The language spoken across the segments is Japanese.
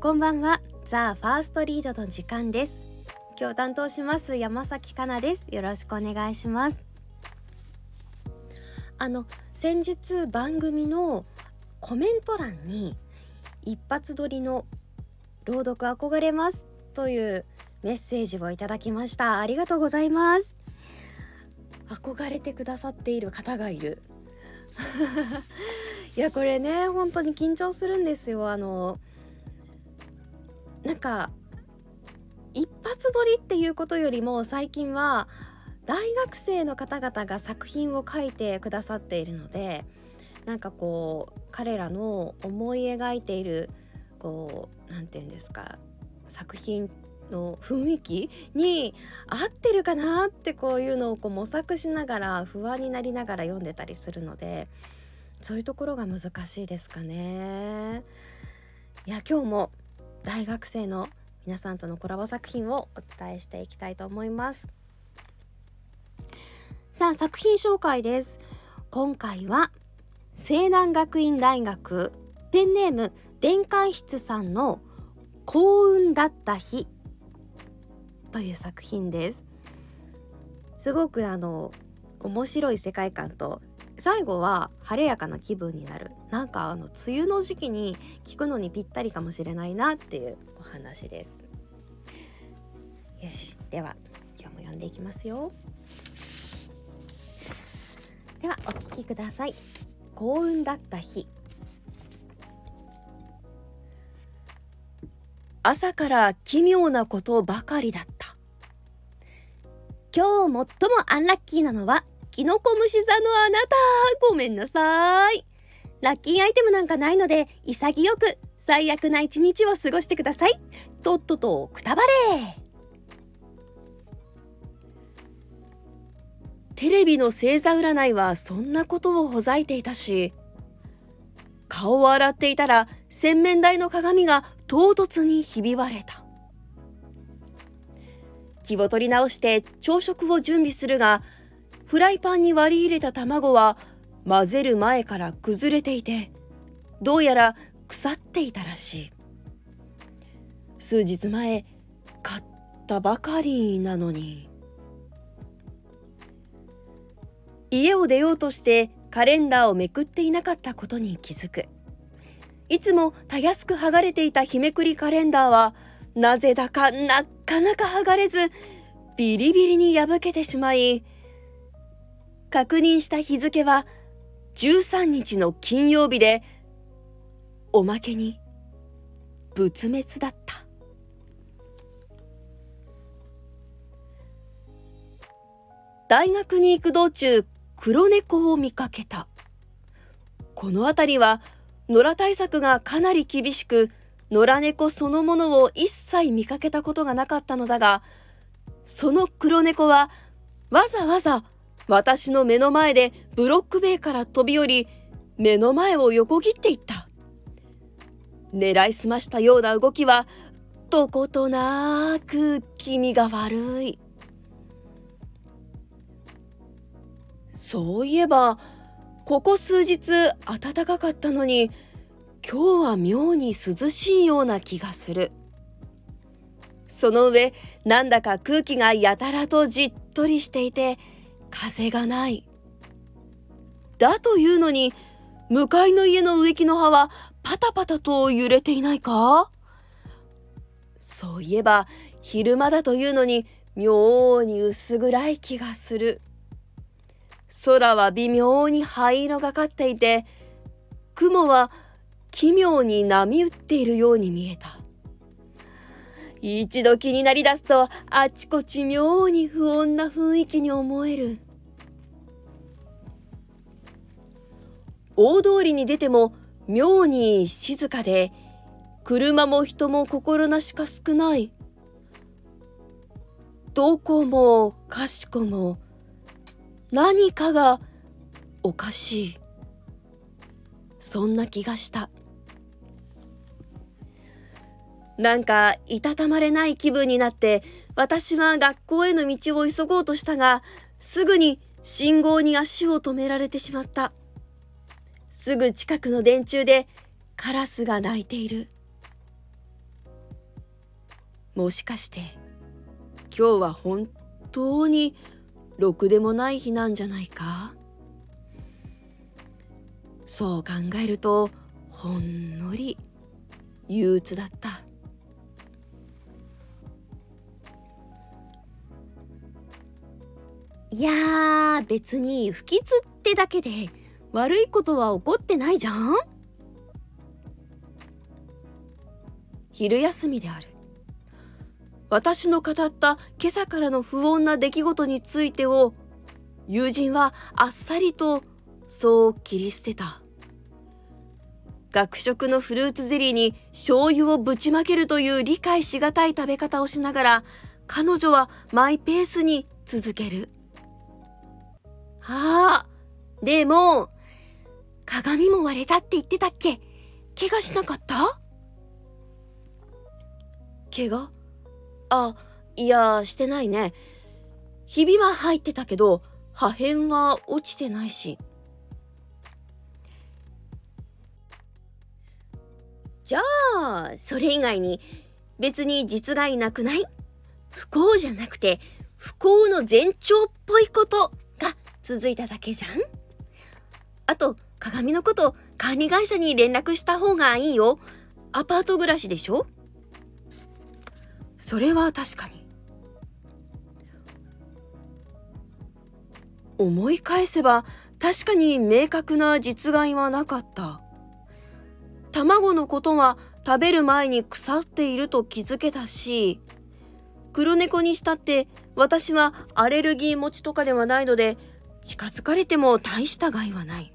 こんばんは。ザ・ファーストリードの時間です。今日担当します山崎かなです。よろしくお願いします。先日番組のコメント欄に一発撮りの朗読憧れますというメッセージをいただきました。ありがとうございます。憧れてくださっている方がいるいやこれね本当に緊張するんですよ。なんか一発撮りっていうことよりも最近は大学生の方々が作品を書いてくださっているので、なんかこう彼らの思い描いているなんていうんですか、作品の雰囲気に合ってるかなってこういうのを模索しながら不安になりながら読んでたりするので、そういうところが難しいですかね。いや今日も大学生の皆さんとのコラボ作品をお伝えしていきたいと思います。さあ作品紹介です。今回は西南学院大学ペンネーム電解質さんの幸運だった日という作品です。すごく面白い世界観と、最後は晴れやかな気分になる、なんか梅雨の時期に聞くのにぴったりかもしれないなっていうお話です。よし、では今日も読んでいきますよ。ではお聞きください。幸運だった日。朝から奇妙なことばかりだった。今日最もアンラッキーなのはキノコ虫座のあなた。ごめんなさい。ラッキーアイテムなんかないので潔く最悪な一日を過ごしてください。とっととくたばれ。テレビの星座占いはそんなことをほざいていたし、顔を洗っていたら洗面台の鏡が唐突にひび割れた。気を取り直して朝食を準備するが、フライパンに割り入れた卵は混ぜる前から崩れていて、どうやら腐っていたらしい。数日前買ったばかりなのに。家を出ようとしてカレンダーをめくっていなかったことに気づく。いつもたやすく剥がれていた日めくりカレンダーはなぜだかなかなか剥がれず、ビリビリに破けてしまい、確認した日付は13日の金曜日で、おまけに仏滅だった。大学に行く道中、黒猫を見かけた。この辺りは野良対策がかなり厳しく、野良猫そのものを一切見かけたことがなかったのだが、その黒猫はわざわざ私の目の前でブロック塀から飛び降り、目の前を横切っていった。狙いすましたような動きはどことなく気味が悪い。そういえばここ数日暖かかったのに、今日は妙に涼しいような気がする。その上なんだか空気がやたらとじっとりしていて風がない。だというのに向かいの家の植木の葉はパタパタと揺れていないか？そういえば昼間だというのに妙に薄暗い気がする。空は微妙に灰色がかっていて、雲は奇妙に波打っているように見えた。一度気になりだすとあちこち妙に不穏な雰囲気に思える。大通りに出ても妙に静かで、車も人も心なしか少ない。どこもかしこも何かがおかしい。そんな気がした。なんかいたたまれない気分になって、私は学校への道を急ごうとしたが、すぐに信号に足を止められてしまった。すぐ近くの電柱でカラスが鳴いている。 もしかして今日は本当にろくでもない日なんじゃないか。そう考えるとほんのり憂鬱だった。いやー、別に不吉ってだけで悪いことは起こってないじゃん。昼休みである。私の語った今朝からの不穏な出来事についてを友人はあっさりとそう切り捨てた。学食のフルーツゼリーに醤油をぶちまけるという理解しがたい食べ方をしながら、彼女はマイペースに続ける。でも鏡も割れたって言ってたっけ？怪我しなかった？怪我？いや、してないね。ひびは入ってたけど破片は落ちてないし。じゃあそれ以外に別に実害なくない？不幸じゃなくて不幸の前兆っぽいことが続いただけじゃん。あと鏡のこと管理会社に連絡した方がいいよ。アパート暮らしでしょ。それは確かに。思い返せば確かに明確な実害はなかった。卵のことは食べる前に腐っていると気づけたし、黒猫にしたって私はアレルギー持ちとかではないので近づかれても大した害はない。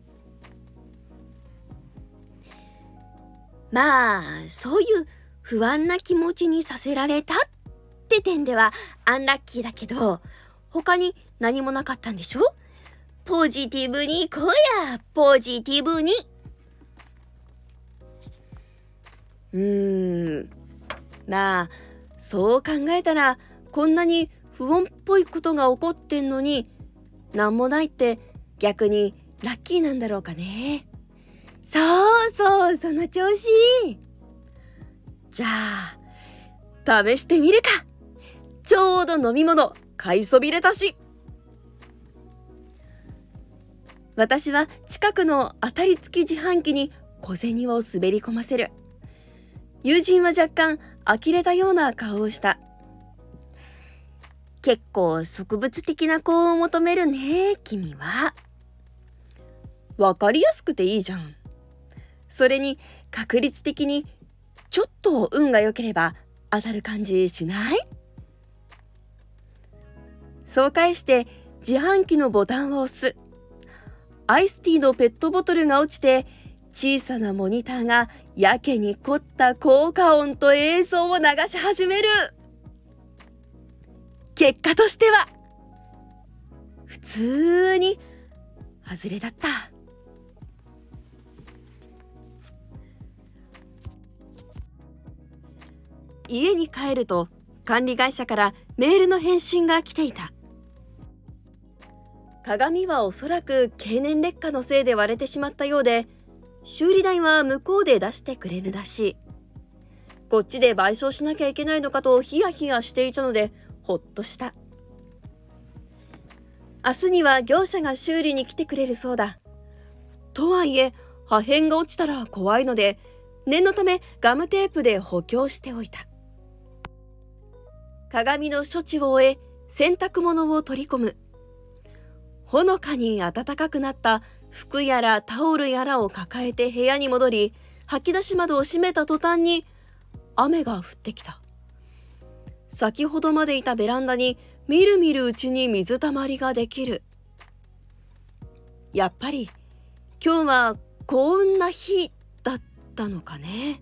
まあそういう不安な気持ちにさせられたって点ではアンラッキーだけど、他に何もなかったんでしょ。ポジティブに行こうや、ポジティブに。まあそう考えたらこんなに不穏っぽいことが起こってんのになんもないって逆にラッキーなんだろうかね。そうそう、その調子。じゃあ試してみるか。ちょうど飲み物買いそびれたし。私は近くの当たり付き自販機に小銭を滑り込ませる。友人は若干呆れたような顔をした。結構植物的な子を求めるね、君は。わかりやすくていいじゃん。それに確率的にちょっと運が良ければ当たる感じしない？そう返して自販機のボタンを押す。アイスティーのペットボトルが落ちて、小さなモニターがやけに凝った効果音と映像を流し始める。結果としては普通に外れだった。家に帰ると管理会社からメールの返信が来ていた。鏡はおそらく経年劣化のせいで割れてしまったようで、修理代は向こうで出してくれるらしい。こっちで賠償しなきゃいけないのかとヒヤヒヤしていたのでほっとした。明日には業者が修理に来てくれるそうだ。とはいえ破片が落ちたら怖いので念のためガムテープで補強しておいた。鏡の処置を終え洗濯物を取り込む。ほのかに暖かくなった服やらタオルやらを抱えて部屋に戻り、吐き出し窓を閉めた途端に雨が降ってきた。先ほどまでいたベランダにみるみるうちに水たまりができる。やっぱり今日は幸運な日だったのかね。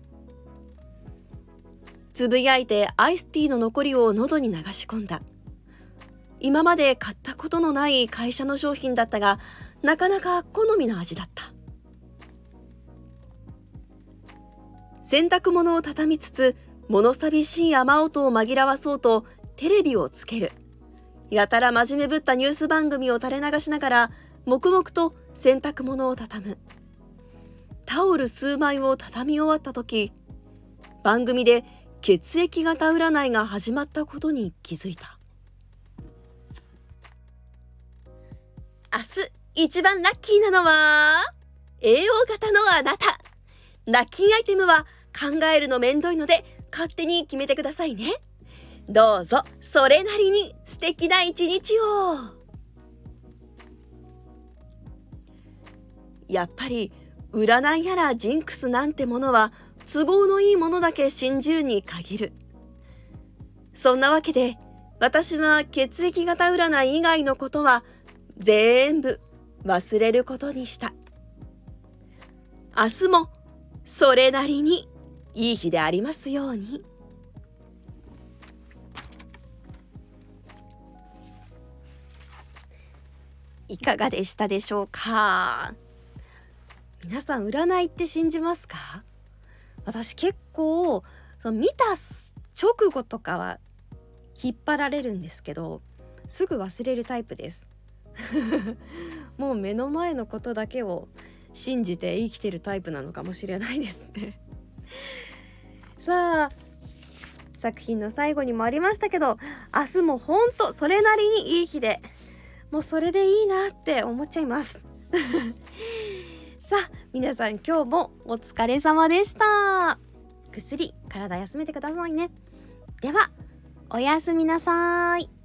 つぶやいてアイスティーの残りを喉に流し込んだ。今まで買ったことのない会社の商品だったが、なかなか好みの味だった。洗濯物を畳みつつ物寂しい雨音を紛らわそうとテレビをつける。やたら真面目ぶったニュース番組を垂れ流しながら黙々と洗濯物を畳む。タオル数枚を畳み終わった時、番組で血液型占いが始まったことに気づいた。明日一番ラッキーなのは栄養型のあなた。ラッキーアイテムは考えるのめんどいので勝手に決めてくださいね。どうぞそれなりに素敵な一日を。やっぱり占いやらジンクスなんてものは都合のいいものだけ信じるに限る。そんなわけで私は血液型占い以外のことは全部忘れることにした。明日もそれなりにいい日でありますように。いかがでしたでしょうか。皆さん占いって信じますか？私結構見た直後とかは引っ張られるんですけど、すぐ忘れるタイプですもう目の前のことだけを信じて生きてるタイプなのかもしれないですねさあ、作品の最後にもありましたけど、明日もほんとそれなりにいい日で、もうそれでいいなって思っちゃいますさあ皆さん、今日もお疲れ様でした。ぐっすり体休めてくださいね。ではおやすみなさい。